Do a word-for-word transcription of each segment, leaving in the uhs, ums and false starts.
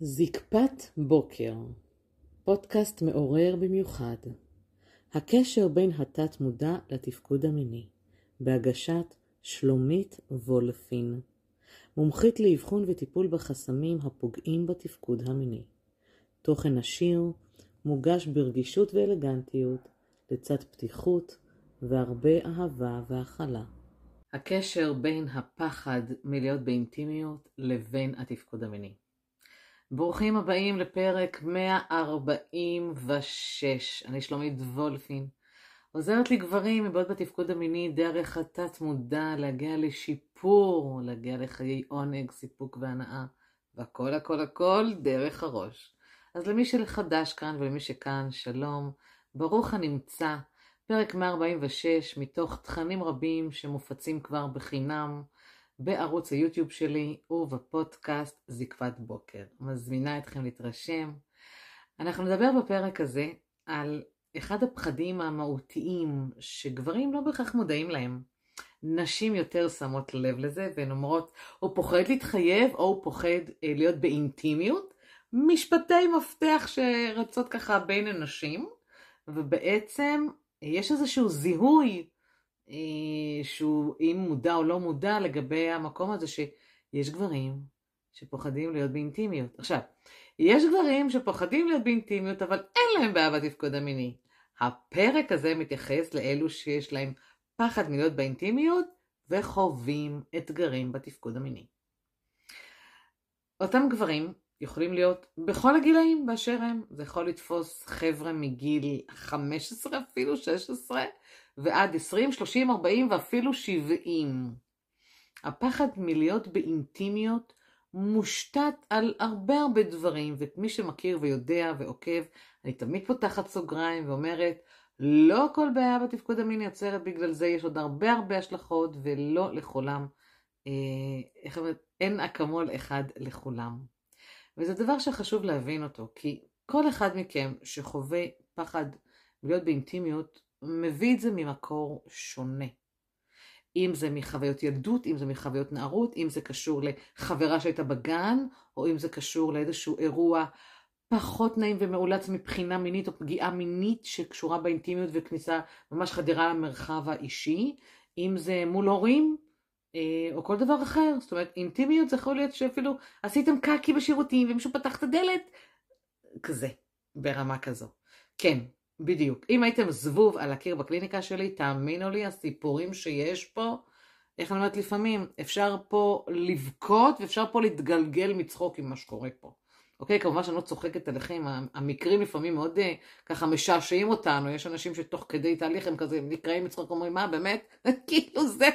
זקפת בוקר, פודקאסט מעורר במיוחד. הקשר בין התת מודע לתפקוד המיני, בהגשת שלומית וולפין, מומחית לאבחון וטיפול בחסמים הפוגעים בתפקוד המיני. תוכן עשיר, מוגש ברגישות ואלגנטיות, לצד פתיחות והרבה אהבה והכלה. הקשר בין הפחד מלהיות באינטימיות לבין התפקוד המיני. ברוכים הבאים לפרק מאה ארבעים ושש. אני שלומית וולפין. עוזרת לגברים מבעיות בתפקוד המיני דרך התת מודע להגיע לשיפור, להגיע לחיי עונג, סיפוק והנאה, והכל הכל הכל דרך הראש. אז למי שחדש כאן ולמי שכאן, שלום, ברוך הנמצא. פרק מאה ארבעים ושש מתוך תכנים רבים שמופצים כבר בחינם בערוץ היוטיוב שלי ובפודקאסט זקפת בוקר. מזמינה אתכם להתרשם. אנחנו נדבר בפרק הזה על אחד הפחדים המהותיים שגברים לא בהכרח מודעים להם. נשים יותר שמות לב לזה והן אומרות, הוא פוחד להתחייב או הוא פוחד להיות באינטימיות. משפטי מפתח שרצות ככה בין הנשים, ובעצם יש איזשהו זיהוי שהוא אם מודע או לא מודע לגבי המקום הזה שיש גברים שפוחדים להיות באינטימיות. עכשיו, יש גברים שפוחדים להיות באינטימיות אבל אין להם בעיה בתפקוד המיני. הפרק הזה מתייחס לאלו שיש להם פחד מלהיות באינטימיות וחווים אתגרים בתפקוד המיני. אותם גברים יכולים להיות בכל הגילאים באשר הם. זה יכול לתפוס חבר'ה מגיל חמש עשרה אפילו שש עשרה ועד עשרים, שלושים, ארבעים ואפילו שבעים. הפחד מלהיות באינטימיות מושתת על הרבה הרבה דברים, ומי שמכיר ויודע ועוקב, אני תמיד פותחת סוגריים ואומרת, לא כל בעיה בתפקוד המיני יוצרת בגלל זה, יש עוד הרבה הרבה השלכות ולא לכולם, אה, איך אומרת, אין אקמול אחד לכולם. וזה דבר שחשוב להבין אותו, כי כל אחד מכם שחווה פחד להיות באינטימיות, מביא את זה ממקור שונה. אם זה מחוויות ילדות, אם זה מחוויות נערות, אם זה קשור לחברה שהייתה בגן, או אם זה קשור לאיזשהו אירוע פחות נעים ומאולץ מבחינה מינית, או פגיעה מינית שקשורה באינטימיות וכניסה ממש חדירה למרחב האישי, אם זה מול הורים, או כל דבר אחר. זאת אומרת, אינטימיות זה יכול להיות שאפילו עשיתם קקי בשירותים, ומישהו פתח את הדלת, כזה, ברמה כזו. כן. בדיוק. אם הייתם זבוב על הקיר בקליניקה שלי, תאמינו לי, הסיפורים שיש פה, איך אני אומרת לפעמים, אפשר פה לבכות ואפשר פה להתגלגל מצחוק עם מה שקורה פה. אוקיי, כמובן שאני לא צוחקת עליכם, המקרים לפעמים מאוד ככה משעשעים אותנו, יש אנשים שתוך כדי תהליך הם כזה נקראים מצחוק, אומרים, מה באמת? כאילו זה,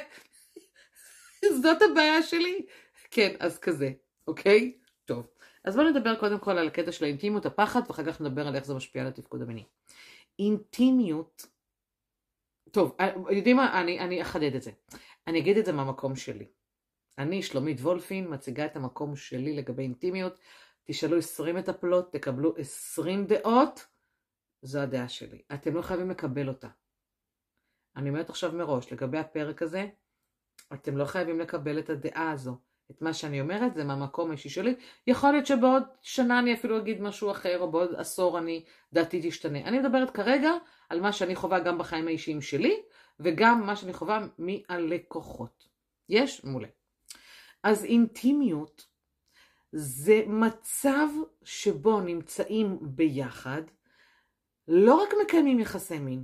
זאת הבעיה שלי? כן, אז כזה, אוקיי? טוב. אז בואו נדבר קודם כל על הקטע של האינטימיות, הפחד, ואחר כך נדבר על איך זה משפיע על התפקוד המיני. אינטימיות, טוב, יודעים מה? אני, אני אחדד את זה. אני אגיד את זה מהמקום שלי. אני, שלומית וולפין, מציגה את המקום שלי לגבי אינטימיות. תשאלו עשרים מטפלות, תקבלו עשרים דעות. זו הדעה שלי. אתם לא חייבים לקבל אותה. אני אומרת עכשיו מראש, לגבי הפרק הזה, אתם לא חייבים לקבל את הדעה הזו. את מה שאני אומרת זה מהמקום האישי שלי. יכול להיות שבעוד שנה אני אפילו אגיד משהו אחר, או בעוד עשור אני דעתי תשתנה. אני מדברת כרגע על מה שאני חווה גם בחיים האישיים שלי, וגם מה שאני חווה מהלקוחות. יש? מעולה. אז אינטימיות זה מצב שבו נמצאים ביחד, לא רק מקיימים יחסי מין.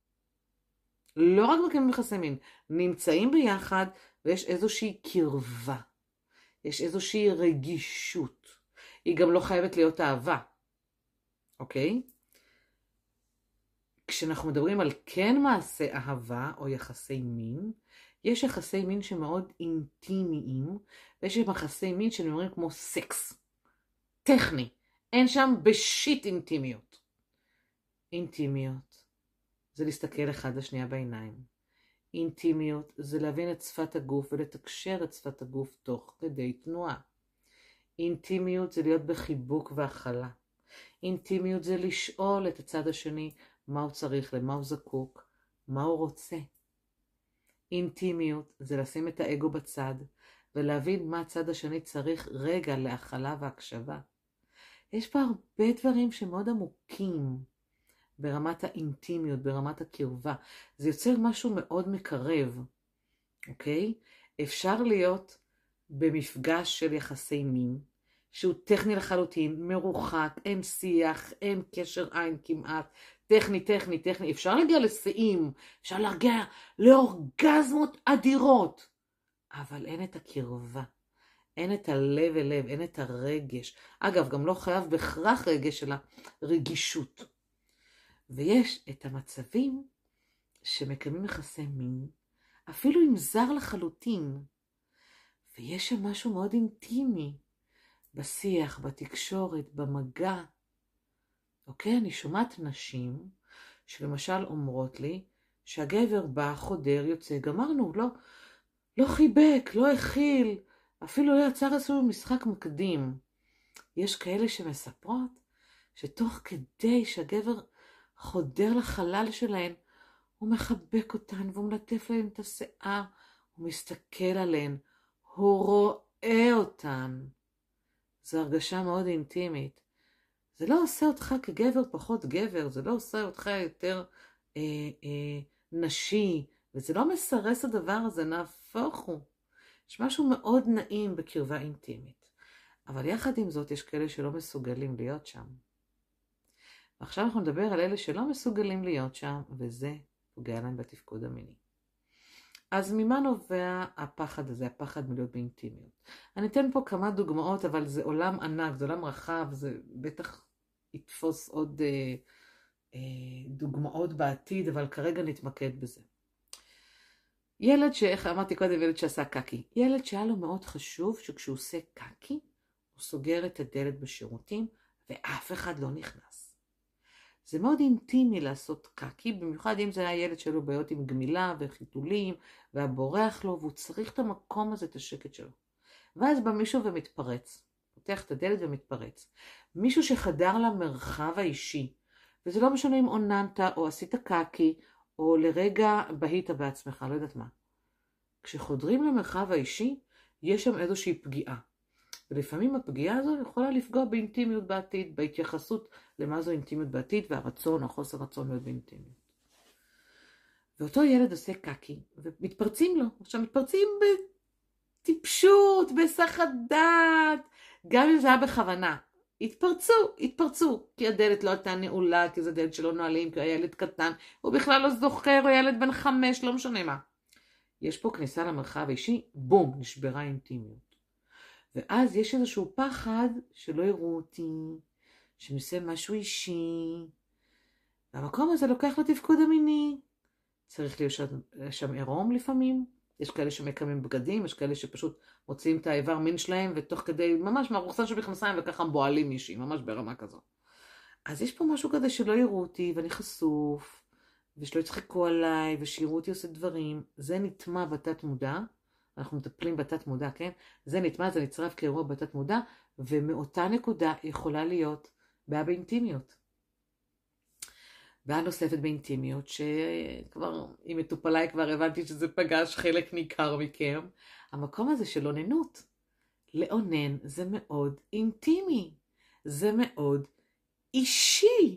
לא רק מקיימים יחסי מין. נמצאים ביחד ויש איזושהי קרבה. יש איזושהי רגישות. היא גם לא חייבת להיות אהבה. אוקיי? כשאנחנו מדברים על כן מעשה אהבה או יחסי מין, יש יחסי מין שמאוד אינטימיים, ויש יחסי מין שנאמרים כמו סקס. טכני. אין שם בשיט אינטימיות. אינטימיות זה להסתכל אחד לשנייה בעיניים. אינטימיות זה להבין את שפת הגוף ולתקשר את שפת הגוף תוך כדי תנועה. אינטימיות זה להיות בחיבוק והכלה. אינטימיות זה לשאול את הצד השני מה הוא צריך, למה הוא זקוק, מה הוא רוצה. אינטימיות זה לשים את האגו בצד ולהבין מה הצד השני צריך רגע להכלה והקשבה. יש פה הרבה דברים שמאוד עמוקים ברמת האינטימיות, ברמת הקרבה. זה יוצר משהו מאוד מקרב, אוקיי? אפשר להיות במפגש של יחסי מין, שהוא טכני לחלוטין, מרוחק, אין שיח, אין קשר עין כמעט, טכני, טכני, טכני. אפשר להגיע לשיאים, אפשר להגיע לאורגזמות אדירות, אבל אין את הקרבה. אין את הלב אל לב, אין את הרגש. אגב, גם לא חייב בהכרח רגש, אלא רגישות. ויש את המצבים שמקיימים יחסי מין, אפילו אם זר לחלוטין. ויש שם משהו מאוד אינטימי, בשיח, בתקשורת, במגע. אוקיי, אני שומעת נשים שלמשל אומרות לי שהגבר בא, חודר, יוצא, גמרנו, לא, לא חיבק, לא הכיל, אפילו לא יצר איזשהו משחק מקדים. יש כאלה שמספרות שתוך כדי שהגבר חודר לחלל שלהן, הוא מחבק אותן והוא מלטף להן את השיער, הוא מסתכל עליהן, הוא רואה אותן. זו הרגשה מאוד אינטימית. זה לא עושה אותך כגבר פחות גבר, זה לא עושה אותך יותר אה, אה, נשי, וזה לא מסרס הדבר הזה, נהפוך הוא. יש משהו מאוד נעים בקרבה אינטימית. אבל יחד עם זאת יש כאלה שלא מסוגלים להיות שם. ועכשיו אנחנו נדבר על אלה שלא מסוגלים להיות שם, וזה פוגע להם בתפקוד המיני. אז ממה נובע הפחד הזה, הפחד מלהיות באינטימיות? אני אתן פה כמה דוגמאות, אבל זה עולם ענק, זה עולם רחב, זה בטח יתפוס עוד אה, אה, דוגמאות בעתיד, אבל כרגע נתמקד בזה. ילד שאיך אמרתי קודם, ילד שעשה קקי. ילד שהיה לו מאוד חשוב שכשהוא עושה קקי, הוא סוגר את הדלת בשירותים, ואף אחד לא נכנס. זה מאוד אינטימי לעשות קקי, במיוחד אם זה היה ילד שלו בעיות עם גמילה וחיתולים, והבורח לו, והוא צריך את המקום הזה, את השקט שלו. ואז בא מישהו ומתפרץ, פותח את הדלת ומתפרץ. מישהו שחדר למרחב האישי, וזה לא משנה אם עוננת או עשית קקי, או לרגע בהית בעצמך, לא יודעת מה. כשחודרים למרחב האישי, יש שם איזושהי פגיעה. ולפעמים הפגיעה הזו יכולה לפגוע באינטימיות בעתיד, בהתייחסות למה זו אינטימיות בעתיד, והרצון או חוסר רצון להיות באינטימיות. ואותו ילד עושה קקי, ומתפרצים לו. עכשיו מתפרצים בטיפשות, בסחת דעת, גם אם זה היה בכוונה. התפרצו, התפרצו, כי הדלת לא הייתה נעולה, כי זה דלת שלא נועלים, כי הוא היה ילד קטן, הוא בכלל לא זוכר, הוא ילד בן חמש, לא משנה מה. יש פה כניסה למרחב האישי, בום, נשברה אינטימיות. ואז יש איזשהו פחד שלא יראו אותי, שאני עושה משהו אישי, והמקום הזה לוקח לתפקוד המיני. צריך להיות שם עירום לפעמים, יש כאלה שמקמים בגדים, יש כאלה שפשוט מוציאים את האיבר מין שלהם, ותוך כדי, ממש מהרוחסן של מכנסיים, וככה בועלים מישהי, ממש ברמה כזו. אז יש פה משהו כזה שלא יראו אותי, ואני חשוף, ושלא יצחקו עליי, ושיראו אותי עושה דברים. זה נטמע בתת מודע, אנחנו מטפלים בתת מודע, כן? זה נטמע, זה נצרף כאירוע בתת מודע, ומאותה נקודה יכולה להיות בעיה באינטימיות. בעיה נוספת באינטימיות, שכבר, עם מטופליי כבר הבנתי שזה פגש חלק ניכר מכם. המקום הזה של אוננות. לאונן זה מאוד אינטימי. זה מאוד אישי.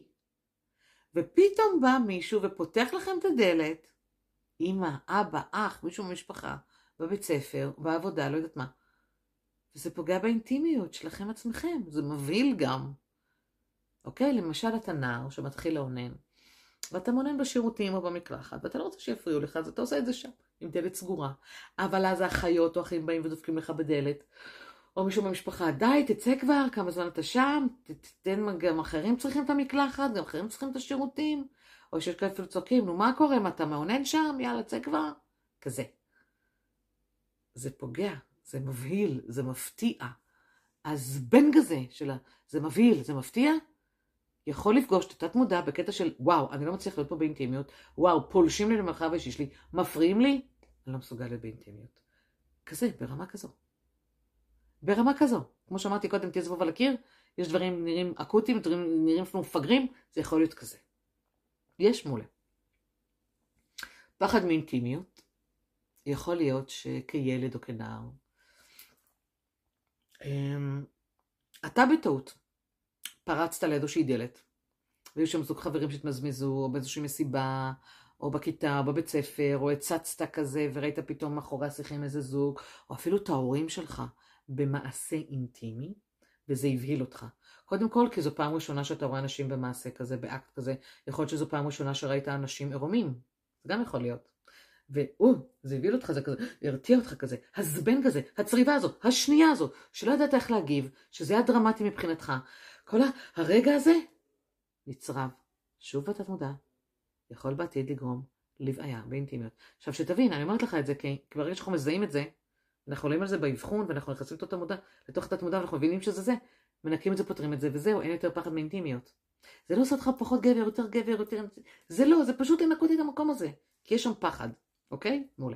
ופתאום בא מישהו ופותח לכם את הדלת, אמא, אבא, אח, מישהו במשפחה, בבית ספר, בעבודה, לא יודעת מה. וזה פוגע באינטימיות שלכם עצמכם. זה מבהיל גם. אוקיי? למשל אתה נער שמתחיל לאונן. ואתה מונן בשירותים או במקלחת, ואתה לא רוצה שיפריעו לך, אז אתה עושה את זה שם, עם דלת סגורה. אבל אז האחיות או אחים באים ודופקים לך בדלת, או מישהו במשפחה, די, תצא כבר, כמה זמן אתה שם, תתן, גם אחרים צריכים את המקלחת, גם אחרים צריכים את השירותים, או שיש כאלה אפילו צועקים, נו מה קורה, מה אתה מעונן שם, יאללה, צא כבר, כזה. זה פוגע, זה מבהיל, זה מפתיע. אז בן גזה שלה, זה מבהיל, זה מפתיע, יכול לפגוש את התת מודע בקטע של, וואו, אני לא מצליח להיות פה באינטימיות, וואו, פולשים לי למרחב האישי שלי, מפריעים לי, אני לא מסוגל להיות באינטימיות. כזה, ברמה כזו. ברמה כזו. כמו שאמרתי קודם, תהיה זבוב על הקיר, יש דברים נראים אקוטיים, דברים נראים אפילו מפגרים, זה יכול להיות כזה. יש מולה. פחד מאינטימיות, יכול להיות שכילד או כנער, אתה בטעות, פרצת לאיזושהי דלת, והיו שם זוג חברים שהתמזמזו, או באיזושהי מסיבה, או בכיתה, או בבית ספר, או הצצת כזה, וראית פתאום מאחורי השיחים איזה זוג, או אפילו את ההורים שלך במעשה אינטימי, וזה הבהיל אותך. קודם כל, כי זו פעם ראשונה שאתה רואה אנשים במעשה כזה, באקט כזה, יכול להיות שזו פעם ראשונה שראית אנשים עירומים, זה גם יכול להיות. ואו, זה הבהיל אותך, זה כזה, הרתיע אותך כזה, הזבן כזה, הצריבה הזו, השנייה הזו, שלא ידעת איך להגיב, שזה היה דרמטי מבחינתך. כל הרגע הזה נצרב, שוב בתת מודע, יכול בעתיד לגרום לבעיה באינטימיות. עכשיו שתבין, אני אומרת לך את זה, כי ברגע שאנחנו מזהים את זה, אנחנו עולים על זה באבחון, ואנחנו נכנסים לתת מודע, לתוך תת מודע, ואנחנו מבינים שזה זה, מנקים את זה, פותרים את זה, וזהו, אין יותר פחד מאינטימיות. זה לא עושה אותך פחות גבר, יותר גבר, יותר... זה לא, זה פשוט לנקות את המקום הזה, כי יש שם פחד, אוקיי? מעולה.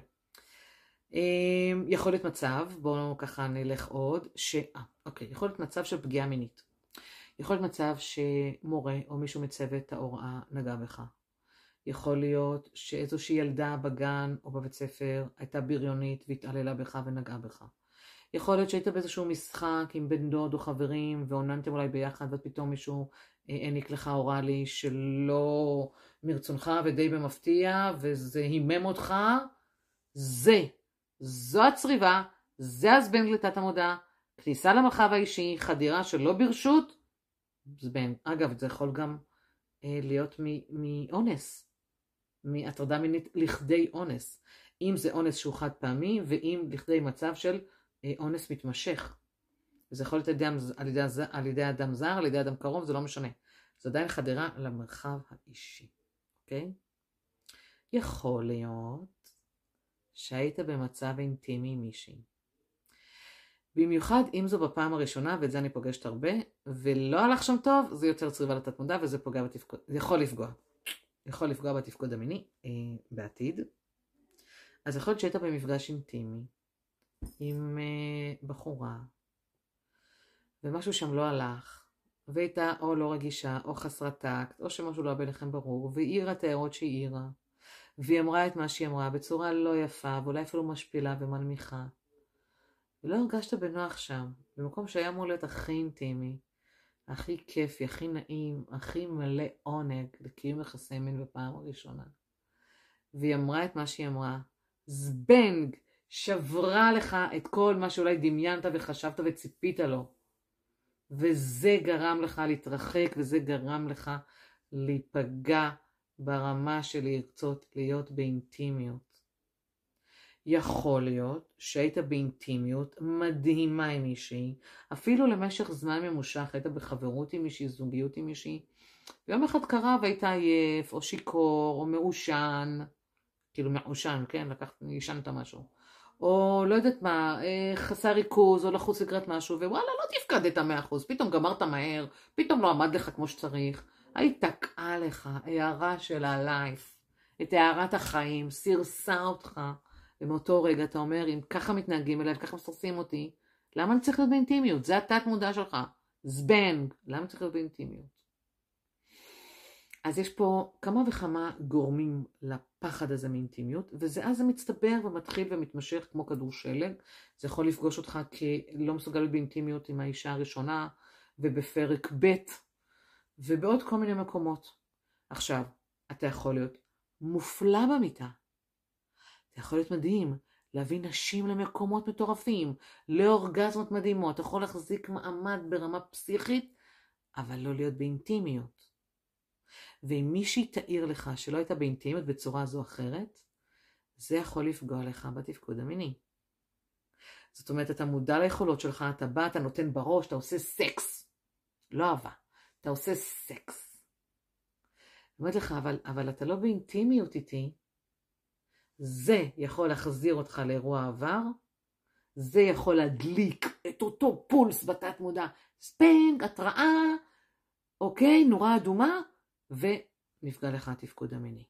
יכול להיות מצב, בואו ככה נלך עוד, ש... אה, אוקיי, יכול להיות מצב של פגיעה מינית. יכול להיות מצב שמורה או מישהו מצוות ההוראה נגע בך. יכול להיות שאיזושהי ילדה בגן או בבית ספר הייתה בריונית והתעללה בך ונגעה בך. יכול להיות שהיית באיזשהו משחק עם בן דוד או חברים ועוננתם אולי ביחד ופתאום מישהו העניק לך אוראלי שלא מרצונך ודי במפתיע וזה הימם אותך. זה, זו הצריבה, זה הזבנג לתת המודע, כניסה למרחב האישי, חדירה שלא ברשות, זבנג. אגב, זה יכול גם אה, להיות מאונס, מהטרדה מינית לכדי אונס. אם זה אונס שהוא חד פעמי, ואם לכדי מצב של אה, אונס מתמשך. זה יכול להיות על ידי, על, ידי, על ידי אדם זר, על ידי אדם קרוב, זה לא משנה. זה עדיין חדירה למרחב האישי. אוקיי? יכול להיות שהיית במצב אינטימי עם מישהי. במיוחד אם זו בפעם הראשונה, ואת זה אני פוגשת הרבה, ולא הלך שם טוב, זה יותר צריבה לתת מודע, וזה פוגע בתפקוד, זה יכול לפגוע. יכול לפגוע בתפקוד המיני אה, בעתיד. אז יכול להיות שהיית במפגש אינטימי, עם אה, בחורה, ומשהו שם לא הלך, והייתה או לא רגישה, או חסרת טקט, או שמשהו לא היה ביניכם ברור, והיא העירה את ההערות שהיא העירה, והיא אמרה את מה שהיא אמרה, בצורה לא יפה, ואולי אפילו משפילה ומנמיכה. ולא הרגשת בנוח שם, במקום שהיה אמור להיות הכי אינטימי, הכי כיפי, הכי נעים, הכי מלא עונג לקיום יחסי מין בפעם הראשונה. והיא אמרה את מה שהיא אמרה, זבנג, שברה לך את כל מה שאולי דמיינת וחשבת וציפית לו. וזה גרם לך להתרחק, וזה גרם לך להיפגע ברמה של לרצות להיות באינטימיות. יכול להיות שהיית באינטימיות מדהימה עם מישהי, אפילו למשך זמן ממושך, היית בחברות עם מישהי, זוגיות עם מישהי, ויום אחד קרה והיית עייף, או שיקור, או מעושן, כאילו מעושן, כן? לקחת, ישנת משהו. או לא יודעת מה, חסר ריכוז, או לחוץ לקראת משהו, ווואלה, לא תפקדת מאה אחוז, פתאום גמרת מהר, פתאום לא עמד לך כמו שצריך, היית תקעה לך, הערה של הלייף, את הערת החיים, סירסה אותך, ומאותו רגע אתה אומר, אם ככה מתנהגים אליי, ככה מסרסים אותי, למה אני צריך להיות באינטימיות? זה התת מודע שלך. זבנג. למה צריך להיות באינטימיות? אז יש פה כמה וכמה גורמים לפחד הזה מאינטימיות, וזה אז זה מצטבר ומתחיל ומתמשך כמו כדור שלג. זה יכול לפגוש אותך כלא מסוגל להיות באינטימיות עם האישה הראשונה, ובפרק ב' ובעוד כל מיני מקומות. עכשיו, אתה יכול להיות מופלא במיטה. אתה יכול להיות מדהים, להביא נשים למקומות מטורפים, לאורגזמות מדהימות, אתה יכול להחזיק מעמד ברמה פסיכית, אבל לא להיות באינטימיות. ואם מישהי תאיר לך שלא הייתה באינטימיות בצורה זו או אחרת, זה יכול לפגוע לך בתפקוד המיני. זאת אומרת, אתה מודע ליכולות שלך, אתה בא, אתה נותן בראש, אתה עושה סקס. לא אהבה, אתה עושה סקס. אני אומרת לך, אבל, אבל אתה לא באינטימיות איתי, זה יכול להחזיר אותך לאירוע העבר, זה יכול להדליק את אותו פולס בתת מודע, ספנג, התראה, אוקיי, נורה אדומה, ונפגע לך התפקוד המיני.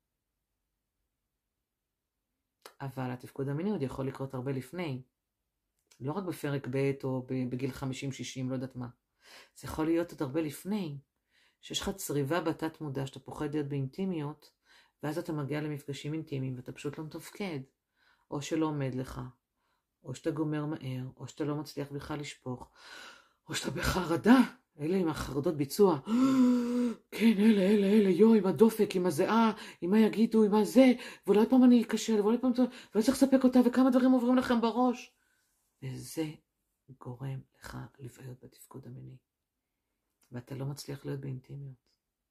אבל התפקוד המיני עוד יכול לקרות הרבה לפני, לא רק בפרק ב' או בגיל חמישים שישים, לא יודעת מה. זה יכול להיות עוד הרבה לפני, שיש לך צריבה בתת מודע, שאתה פוחד להיות באינטימיות, ואז אתה מגיע למפגשים אינטימיים ואתה פשוט לא מתפקד, או שלא עומד לך, או שאתה גומר מהר, או שאתה לא מצליח בכלל לשפוך, או שאתה בחרדה, אלה עם החרדות ביצוע, כן, אלה, אלה, אלה, יו, עם הדופק, עם הזיעה, עם מה יגידו, עם מה זה, ואולי עוד פעם אני אקשר, ואולי פעם, ואולי צריך לספק אותה, וכמה דברים עוברים לכם בראש. וזה גורם לך לבעיות בתפקוד המיני. ואתה לא מצליח להיות באינטימיות.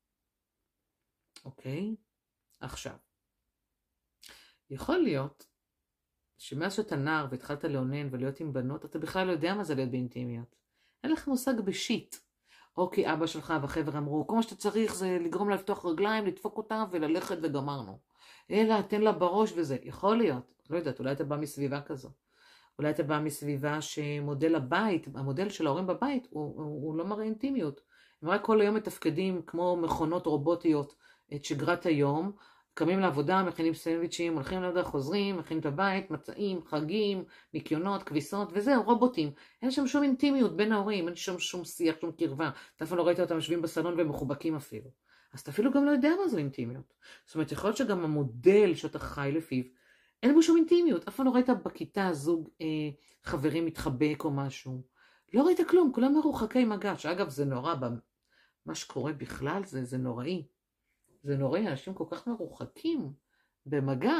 אוקיי? עכשיו, יכול להיות שמאז שאתה נער והתחלת לעונן ולהיות עם בנות, אתה בכלל לא יודע מה זה להיות באינטימיות. אין לך מושג בשיט. או כי אבא שלך והחבר אמרו, כל מה שאתה צריך זה לגרום לה לפתוח רגליים, לדפוק אותה וללכת וגמרנו. אלא, תן לה בראש וזה. יכול להיות. לא יודעת, אולי אתה בא מסביבה כזו. אולי אתה בא מסביבה שמודל הבית, המודל של ההורים בבית, הוא, הוא, הוא לא מראה אינטימיות. הם רק כל היום מתפקדים כמו מכונות רובוטיות את שגרת היום, קמים לעבודה, מכינים סנדוויצ'ים, הולכים לעבודה, חוזרים, מכינים את הבית, מצעים, חגים, ניקיונות, כביסות, וזהו, רובוטים. אין שם שום אינטימיות בין ההורים, אין שם שום שיח, שום קרבה. אתה אפילו לא ראית אותם יושבים בסלון ומחובקים אפילו. אז אתה אפילו גם לא יודע מה זו אינטימיות. זאת אומרת, יכול להיות שגם המודל שאתה חי לפיו, אין בו שום אינטימיות. אף פעם לא ראית בכיתה זוג אה, חברים מתחבק או משהו. לא ראית כלום, כולם מרוחקי מגע. שאגב, זה נורא, מה שקורה בכלל זה, זה נוראי. זה נוראי, אנשים כל כך מרוחקים במגע.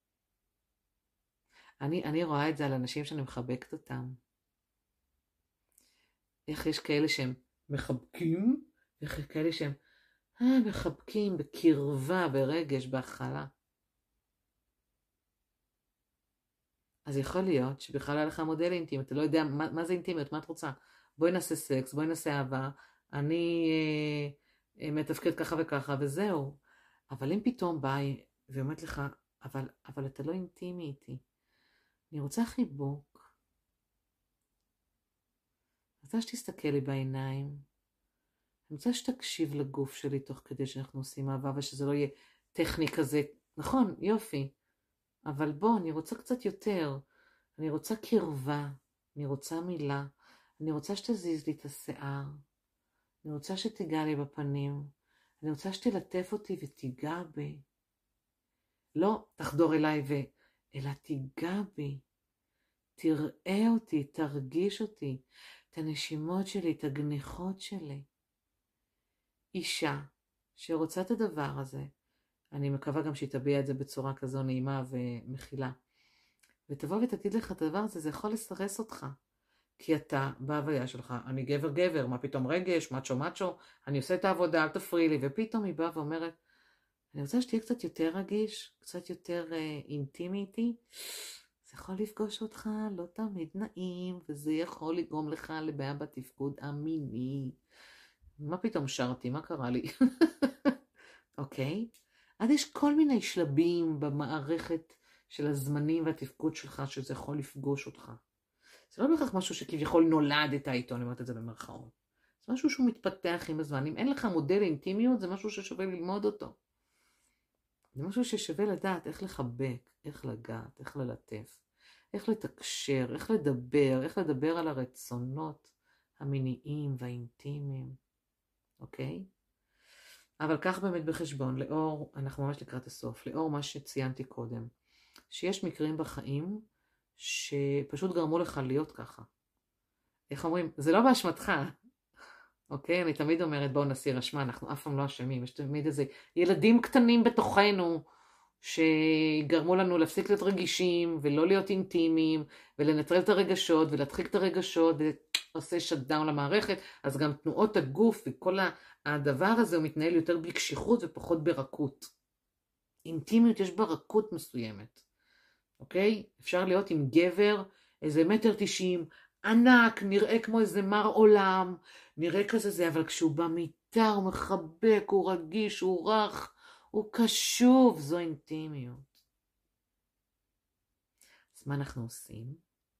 אני, אני רואה את זה על אנשים שאני מחבקת אותם. איך יש כאלה שהם מחבקים, ואיך יש כאלה שהם אה, מחבקים בקרבה, ברגש, בהכלה. אז יכול להיות שבכלל היה לך מודל אינטימי, אתה לא יודע מה, מה זה אינטימיות, מה את רוצה? בואי נעשה סקס, בואי נעשה אהבה, אני אה, אה, מתפקד ככה וככה, וזהו. אבל אם פתאום באה ואומרת לך, אבל, אבל אתה לא אינטימי איתי, אני רוצה חיבוק. אני רוצה שתסתכל לי בעיניים, אני רוצה שתקשיב לגוף שלי תוך כדי שאנחנו עושים אהבה, ושזה לא יהיה טכני כזה, נכון, יופי. אבל בוא, אני רוצה קצת יותר, אני רוצה קרבה, אני רוצה מילה, אני רוצה שתזיז לי את השיער, אני רוצה שתיגע לי בפנים, אני רוצה שתלטף אותי ותיגע בי. לא תחדור אליי ו... אלא תיגע בי, תראה אותי, תרגיש אותי, את הנשימות שלי, את הגניחות שלי. אישה שרוצה את הדבר הזה, אני מקווה גם שהיא תביע את זה בצורה כזו נעימה ומכילה. ותבוא ותגיד לך את הדבר הזה, זה יכול לסרס אותך. כי אתה, בהוויה שלך, אני גבר גבר, מה פתאום רגש, מצ'ו מצ'ו, אני עושה את העבודה, אל תפריעי לי. ופתאום היא באה ואומרת, אני רוצה שתהיה קצת יותר רגיש, קצת יותר אה, אינטימי איתי. זה יכול לפגוש אותך לא תמיד נעים, וזה יכול לגרום לך לבעיה בתפקוד המיני. מה פתאום שרתי? מה קרה לי? אוקיי? אז יש כל מיני שלבים במערכת של הזמנים והתפקוד שלך שזה יכול לפגוש אותך. זה לא בהכרח משהו שכביכול נולדת איתו, אני אומרת את זה במרכאות. זה משהו שהוא מתפתח עם הזמן. אם אין לך מודל אינטימיות, זה משהו ששווה ללמוד אותו. זה משהו ששווה לדעת איך לחבק, איך לגעת, איך ללטף, איך לתקשר, איך לדבר, איך לדבר על הרצונות המיניים והאינטימיים. אוקיי? אבל כך באמת בחשבון, לאור, אנחנו ממש לקראת הסוף, לאור מה שציינתי קודם, שיש מקרים בחיים שפשוט גרמו לך להיות ככה. איך אומרים? זה לא באשמתך. אוקיי? אני תמיד אומרת, בואו נסיר אשמה, אנחנו אף פעם לא אשמים. יש תמיד איזה ילדים קטנים בתוכנו שגרמו לנו להפסיק להיות רגישים ולא להיות אינטימיים ולנטרל את הרגשות ולהדחיק את הרגשות ועושה שטדאון למערכת. אז גם תנועות הגוף וכל הדבר הזה הוא מתנהל יותר בקשיחות ופחות ברכות. אינטימיות יש בה רכות מסוימת. אוקיי? אפשר להיות עם גבר איזה מטר תשעים, ענק, נראה כמו איזה מר עולם, נראה כזה זה, אבל כשהוא במיטה הוא מחבק, הוא רגיש, הוא רך, הוא קשוב, זו אינטימיות. אז מה אנחנו עושים?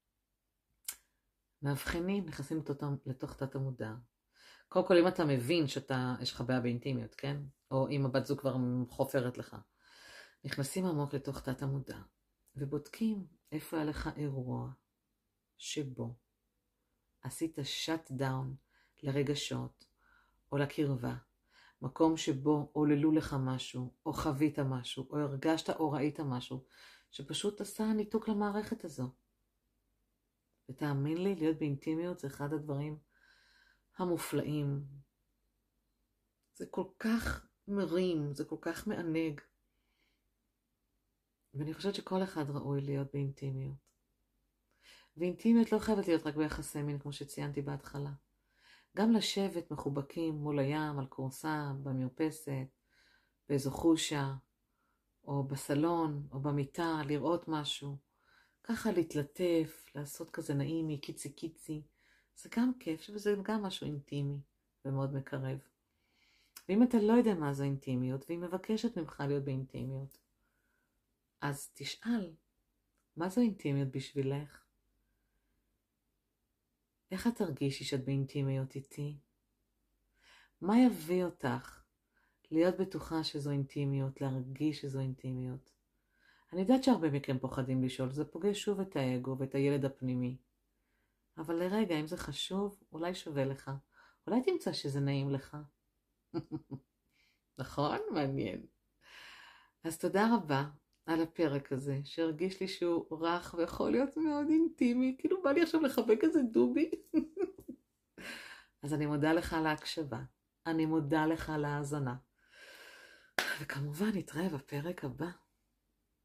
מאבחנים, נכנסים לתוך תת המודע. קודם כל, אם אתה מבין שאתה, יש לך בעיה באינטימיות, כן? או אם הבת זו כבר חופרת לך. נכנסים עמוק לתוך תת המודע, ובודקים איפה היה לך אירוע שבו עשית שאט דאון לרגשות או לקרבה, מקום שבו עוללו לך משהו, או חווית משהו, או הרגשת או ראית משהו, שפשוט עשה ניתוק למערכת הזו. ותאמין לי, להיות באינטימיות זה אחד הדברים המופלאים. זה כל כך מרים, זה כל כך מענג. ואני חושבת שכל אחד ראוי להיות באינטימיות. ואינטימיות לא חייבת להיות רק ביחסי מין, כמו שציינתי בהתחלה. גם לשבת מחובקים מול הים, על קורסה, במרפסת, באיזו חושה, או בסלון, או במיטה, לראות משהו. ככה להתלטף, לעשות כזה נעימי, קיצי קיצי. זה גם כיף, וזה גם משהו אינטימי ומאוד מקרב. ואם אתה לא יודע מה זו אינטימיות, והיא מבקשת ממך להיות באינטימיות, אז תשאל, מה זו אינטימיות בשבילך? איך את תרגישי שאת באינטימיות איתי? מה יביא אותך להיות בטוחה שזו אינטימיות, להרגיש שזו אינטימיות? אני יודעת שהרבה מכם פוחדים לשאול, זה פוגש שוב את האגו ואת הילד הפנימי. אבל לרגע, אם זה חשוב, אולי שווה לך. אולי תמצא שזה נעים לך. נכון? מעניין. אז תודה רבה על הפרק הזה, שהרגיש לי שהוא רך ויכול להיות מאוד אינטימי, כאילו בא לי עכשיו לחבק איזה דובי. אז אני מודה לך על ההקשבה, אני מודה לך על ההאזנה, וכמובן נתראה בפרק הבא.